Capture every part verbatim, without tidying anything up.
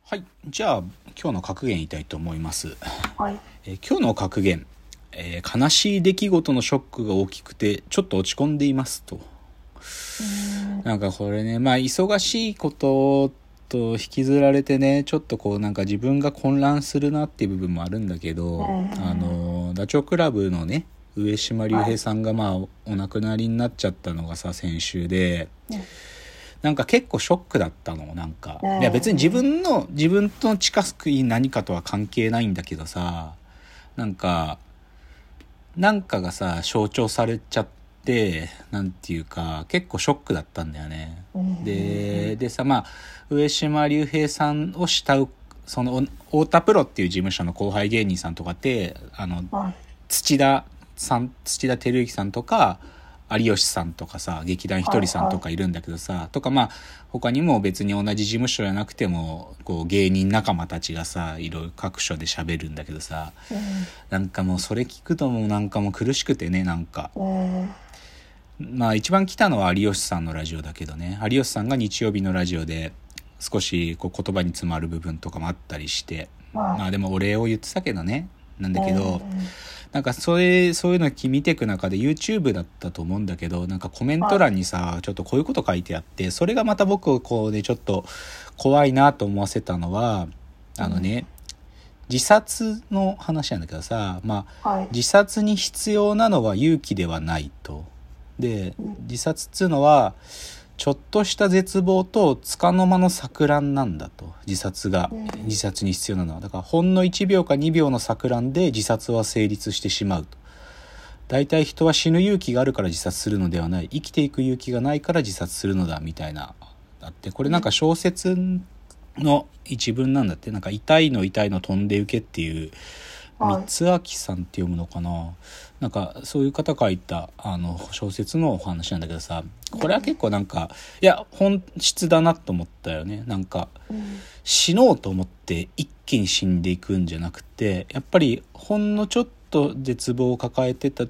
はい、じゃあ今日の格言言いたいと思います。 はい。 えー今日の格言、えー悲しい出来事のショックが大きくてちょっと落ち込んでいますと。 うーん。 なんかこれね、まあ忙しいことと引きずられてね、ちょっとこうなんか自分が混乱するなっていう部分もあるんだけど、 うんあのダチョウ倶楽部のね上島竜兵さんがまあお亡くなりになっちゃったのがさ先週で、 うんなんか結構ショックだったの。なんかうんいや別に自分の自分と近くい何かとは関係ないんだけどさ、なんかなんかがさ象徴されちゃって、なんていうか結構ショックだったんだよね。 うんででさ、まあ上島竜兵さんを慕うその太田プロっていう事務所の後輩芸人さんとかってあのはい土田さん土田照之さんとか有吉さんとかさ劇団ひとりさんとかいるんだけどさ、はいはい、とかまあ他にも別に同じ事務所じゃなくてもこう芸人仲間たちがさいろいろ各所で喋るんだけどさ、 うんなんかもうそれ聞くともうなんかもう苦しくてね、なんかうんまあ一番来たのは有吉さんのラジオだけどね、有吉さんが日曜日のラジオで少しこう言葉に詰まる部分とかもあったりして、 まあまあでもお礼を言ってたけどね、なんだけど、 うんなんかそれそういうの見ていく中で YouTube だったと思うんだけど、なんかコメント欄にさちょっとこういうこと書いてあって、それがまた僕をこうねちょっと怖いなと思わせたのは、あのね、自殺の話なんだけどさ、まあはい自殺に必要なのは勇気ではないと。でうん自殺っつうのはちょっとした絶望と束の間の錯乱なんだと。自殺がうん自殺に必要なのはだからほんのいちびょうかにびょうの錯乱で自殺は成立してしまうと。大体人は死ぬ勇気があるから自殺するのではない、生きていく勇気がないから自殺するのだみたいなあって、これなんか小説の一文なんだって。なんか痛いの痛いの飛んで受けっていうはい三明さんって読むのかな、なんかそういう方書いたあの小説のお話なんだけどさ、これは結構なんかいや本質だなと思ったよね。なんかうん死のうと思って一気に死んでいくんじゃなくて、やっぱりほんのちょっと絶望を抱えてたって、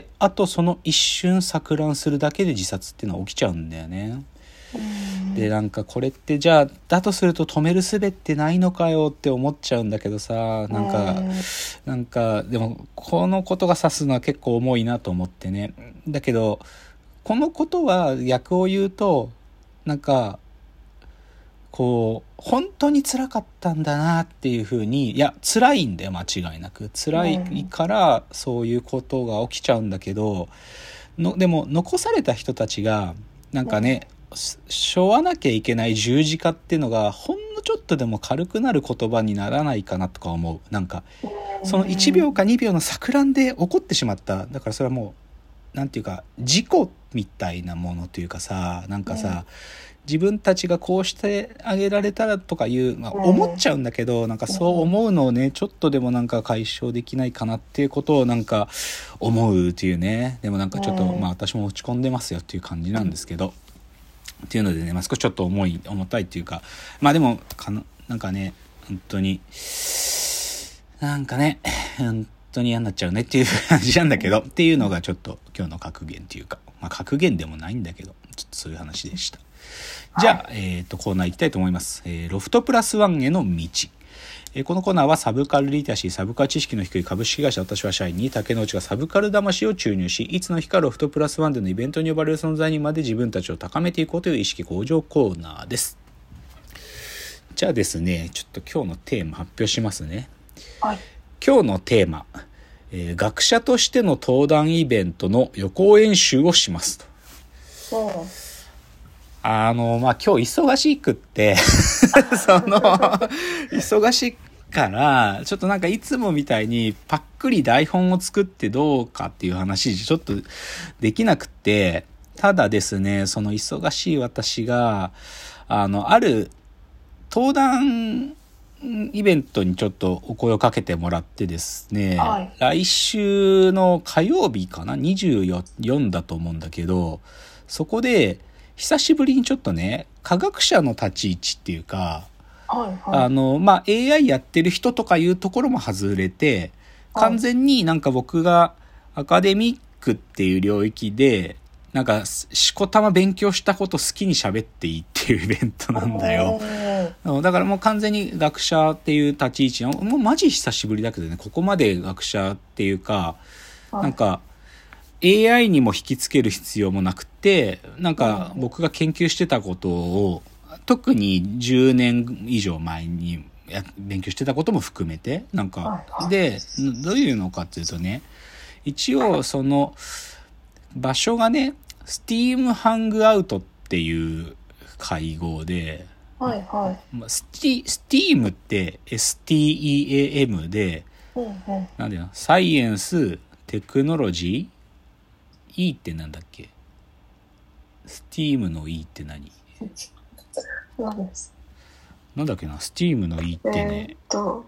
あとその一瞬錯乱するだけで自殺っていうのは起きちゃうんだよね。 うんでなんかこれってじゃあだとすると止める術ってないのかよって思っちゃうんだけどさ、なんかうんなんかでもこのことが指すのは結構重いなと思ってね。だけどこのことは逆を言うと、なんかこう本当に辛かったんだなっていう風に、いや辛いんだよ間違いなく、辛いからそういうことが起きちゃうんだけどの、でも残された人たちがなんかね、しょわなきゃいけない十字架っていうのがほんのちょっとでも軽くなる言葉にならないかなとか思う。なんかそのいちびょうかにびょうの錯乱で起こってしまった、だからそれはもうなんていうか事故みたいなものというかさ、なんかさ、自分たちがこうしてあげられたらとかいう、まあ、思っちゃうんだけど、なんかそう思うのをねちょっとでもなんか解消できないかなっていうことをなんか思うっていうね。でもなんかちょっとまあ私も落ち込んでますよっていう感じなんですけど、っていうのでね、まあ、少しちょっと重い重たいっていうか、まあでもかななんかね本当になんかね本当に嫌になっちゃうねっていう感じなんだけど、っていうのがちょっと今日の格言っていうか、まあ格言でもないんだけどちょっとそういう話でした。じゃあ、えー、とコーナー行きたいと思います。えー、ロフトプラスワンへの道。えー、このコーナーはサブカルリテラシー、サブカル知識の低い株式会社私は社員に竹之内がサブカル魂を注入し、いつの日かロフトプラスワンでのイベントに呼ばれる存在にまで自分たちを高めていこうという意識向上コーナーです。じゃあですね、ちょっと今日のテーマ発表しますね。 はい今日のテーマ、えー、学者としての登壇イベントの予行演習をしますと。 そうあのまあ今日忙しくってその忙しいからちょっとなんかいつもみたいにパックリ台本を作ってどうかっていう話ちょっとできなくって、ただですねその忙しい私があのある登壇イベントにちょっとお声をかけてもらってですね、 はい、 来週の火曜日かなにじゅうよんだと思うんだけど、そこで久しぶりにちょっとね科学者の立ち位置っていうか、 はいはいあのまあ エーアイ やってる人とかいうところも外れて、完全になんか僕がアカデミックっていう領域でなんかしこたま勉強したこと好きに喋っていいっていうイベントなんだよ。 はい。 だからもう完全に学者っていう立ち位置の、もうマジ久しぶりだけどね、ここまで学者っていうか、 はい。 なんか エーアイ にも引きつける必要もなくて、なんか僕が研究してたことを、特にじゅうねん以上前にや勉強してたことも含めて、なんか、 はいはいで、どういうのかっていうとね、一応その場所がね、Steam Hangout っていう会合で、 はいはい。 まあスティ、Steam って エスティーイーエーエム で、 うんうん。 なんだよ、サイエンス、テクノロジー E ってなんだっけ？ Steam の E って何？ 何です。 なんだっけな、Steam の E ってえーねっ、と、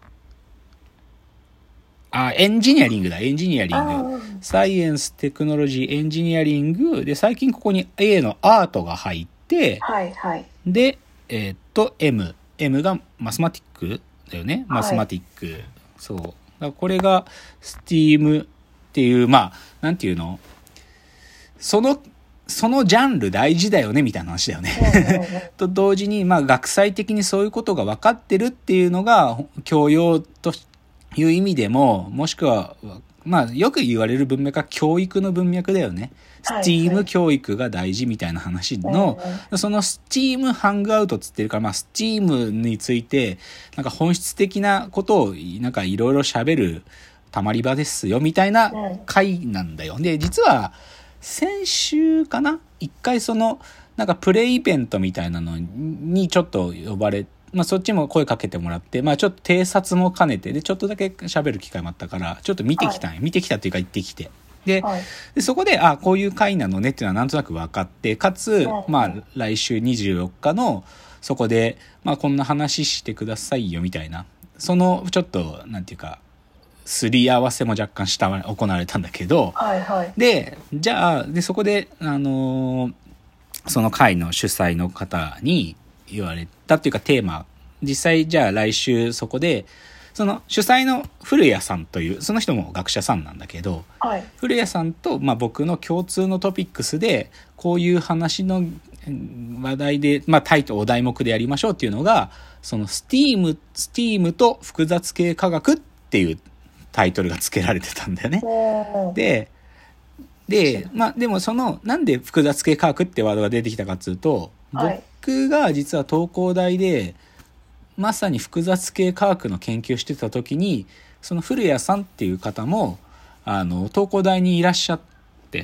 あ、エンジニアリングだ、エンジニアリあング。 ーサイエンス、テクノロジー、エンジニアリング。で、最近ここに A のアートが入って、 はいはい。 で、えーっと、M。M がマスマティックだよね。 はいマスマティック。そう。だからこれが Steam っていう、まあ、なんていうの？その、そのジャンル大事だよね、みたいな話だよね。 うんうんうん。 と同時に、まあ、学際的にそういうことが分かってるっていうのが、教養という意味でも、もしくは、まあ、よく言われる文脈は教育の文脈だよね。 はい Steam 教育が大事みたいな話の、 うんその Steam ハングアウトつってるから、まあ、Steam について、なんか本質的なことを、なんかいろいろ喋るたまり場ですよ、みたいな回なんだよ。で、実は、先週かな一回その、なんかプレイイベントみたいなのにちょっと呼ばれ、まあそっちも声かけてもらって、まあちょっと偵察も兼ねて、で、ちょっとだけ喋る機会もあったから、ちょっと見てきたんよ。見てきたっていうか行ってきて。で、 はい。 でそこで、あ、こういう回なのねっていうのはなんとなく分かって、かつう、んまあ来週にじゅうよっかの、そこで、まあこんな話してくださいよみたいな、そのちょっと、なんていうか、すり合わせも若干した行われたんだけど、 はいはい。 で、じゃあ、で、そこで、あのーその会の主催の方に言われたっていうかテーマ、実際じゃあ来週そこで、その主催の古谷さんという、その人も学者さんなんだけど、 はい。 古谷さんと、まあ、僕の共通のトピックスで、こういう話のうん話題で、まあ、タイトル、お題目でやりましょうっていうのが、その Steam、Steam と複雑系科学っていうタイトルが付けられてたんだよね。 うん。 で、で、まあでもその、なんで複雑系科学ってワードが出てきたかっていうと、 はい僕が実は東工大で、まさに複雑系科学の研究してた時に、その古谷さんっていう方も、あの、東工大にいらっしゃって、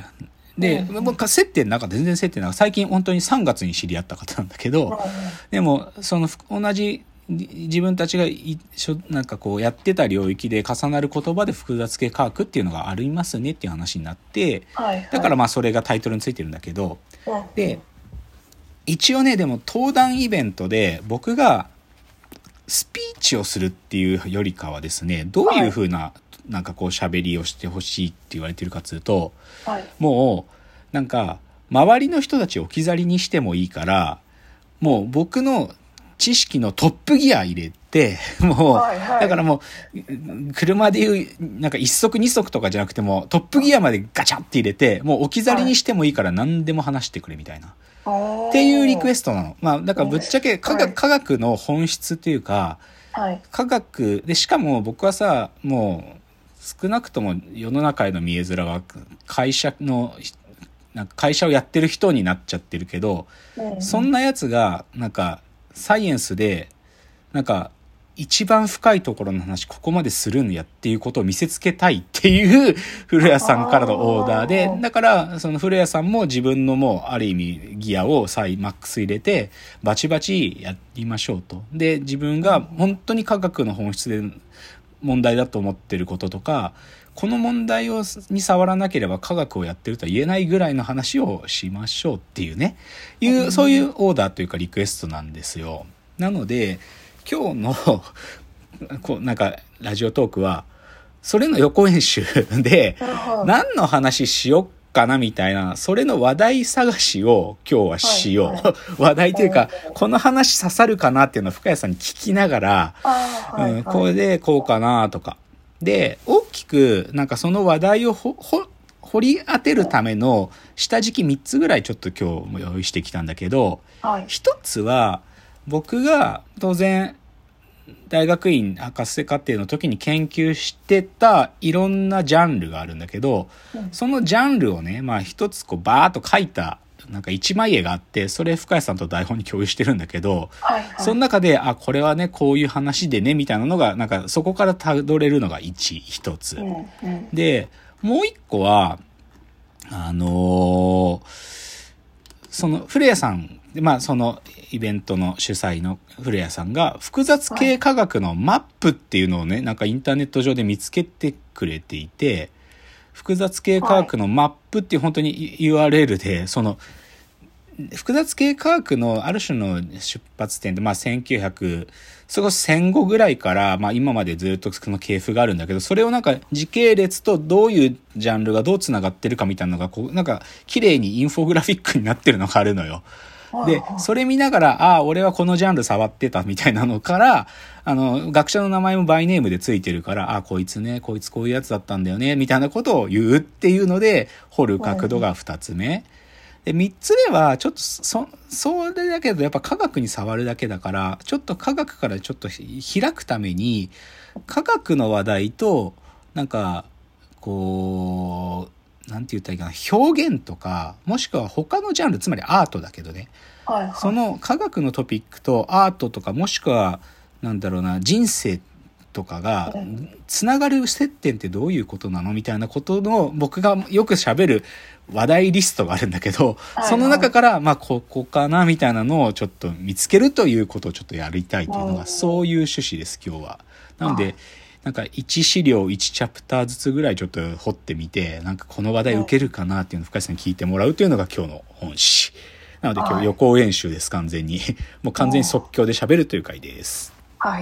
で、 うん僕接点なんか全然接点なんか最近本当にさんがつに知り合った方なんだけど、でも、その同じ自分たちがいしょなんかこうやってた領域で重なる言葉で複雑系科学っていうのがありますねっていう話になって、 はいはい。 だからまあそれがタイトルについてるんだけど、 うん、 で、一応ね、でも登壇イベントで僕がスピーチをするっていうよりかはですね、どういう風ななんかこう喋りをしてほしいって言われてるかというと、 はい。 もうなんか周りの人たちを置き去りにしてもいいから、もう僕の知識のトップギア入れて、もう、 はいはいだからもう、車でいう、なんか一足二足とかじゃなくても、トップギアまでガチャって入れて、もう置き去りにしてもいいから何でも話してくれみたいな。っていうリクエスストなの。まあ、だからぶっちゃけ科学、 はい科学の本質というか、 ト。はい。 科学で、しかも僕はさ、もう、少なくとも世の中への見え面は、会社の、なんか会社をやってる人になっちゃってるけど、 うん、 そんなやつが、なんか、サイエンスで、なんか、一番深いところの話、ここまでするんやっていうことを見せつけたいっていう古谷さんからのオーダーで、だから、その古谷さんも自分のもう、ある意味、ギアをサイマックス入れて、バチバチやりましょうと。で、自分が本当に科学の本質で問題だと思ってることとか、この問題をに触らなければ科学をやってるとは言えないぐらいの話をしましょうっていうね、いうそういうオーダーというかリクエストなんですよ。なので今日のこうなんかラジオトークはそれの予行演習で何の話しよっかなみたいな、それの話題探しを今日はしよう、はいはい、話題というかこの話刺さるかなっていうのを深谷さんに聞きながら、 はいはい、 うん、これでこうかなとかで、大きくなんかその話題をほほ掘り当てるための下敷きみっつぐらいちょっと今日も用意してきたんだけど、 はい、 ひとつは僕が当然大学院博士課程の時に研究してたいろんなジャンルがあるんだけど、 うん、 そのジャンルをね、まあ一つこうバーっと書いたなんか一枚絵があって、それ深谷さんと台本に共有してるんだけど、 はいはい、 その中で、あ、これはね、こういう話でね、みたいなのが、なんかそこからたどれるのが一、一つ。 うんうん、 で、もう一個は、あのー、その、古谷さん、まあそのイベントの主催の古谷さんが、複雑系科学のマップっていうのをね、なんかインターネット上で見つけてくれていて、複雑系科学のマップっていう本当に ユーアールエル で、その、複雑系科学のある種の出発点で、まあせんきゅうひゃく、それこそ戦後ぐらいから、まあ今までずっとその系譜があるんだけど、それをなんか時系列とどういうジャンルがどうつながってるかみたいなのが、こう、なんか綺麗にインフォグラフィックになってるのがあるのよ。で、それ見ながら、ああ、俺はこのジャンル触ってたみたいなのから、あの、学者の名前もバイネームでついてるから、ああ、こいつね、こいつこういうやつだったんだよね、みたいなことを言うっていうので、掘る角度が二つ目。で、三つ目は、ちょっと、そ、それだけど、やっぱ科学に触るだけだから、ちょっと科学からちょっと開くために、科学の話題と、なんか、こう、なんて言ったらいいかな、表現とか、もしくは他のジャンル、つまりアートだけどね、 はいはい、 その科学のトピックとアートとか、もしくは、なんだろうな、人生とかが、つながる接点ってどういうことなのみたいなことの、僕がよく喋る話題リストがあるんだけど、はいはい、その中から、まあ、ここかな、みたいなのをちょっと見つけるということをちょっとやりたいというのが、そういう趣旨です、今日は。なので、なんかいち資料いちチャプターずつぐらいちょっと掘ってみて、なんかこの話題受けるかなっていうのを深井さんに聞いてもらうというのが今日の本誌。なので今日予行演習です、完全に。もう完全に即興で喋るという回です。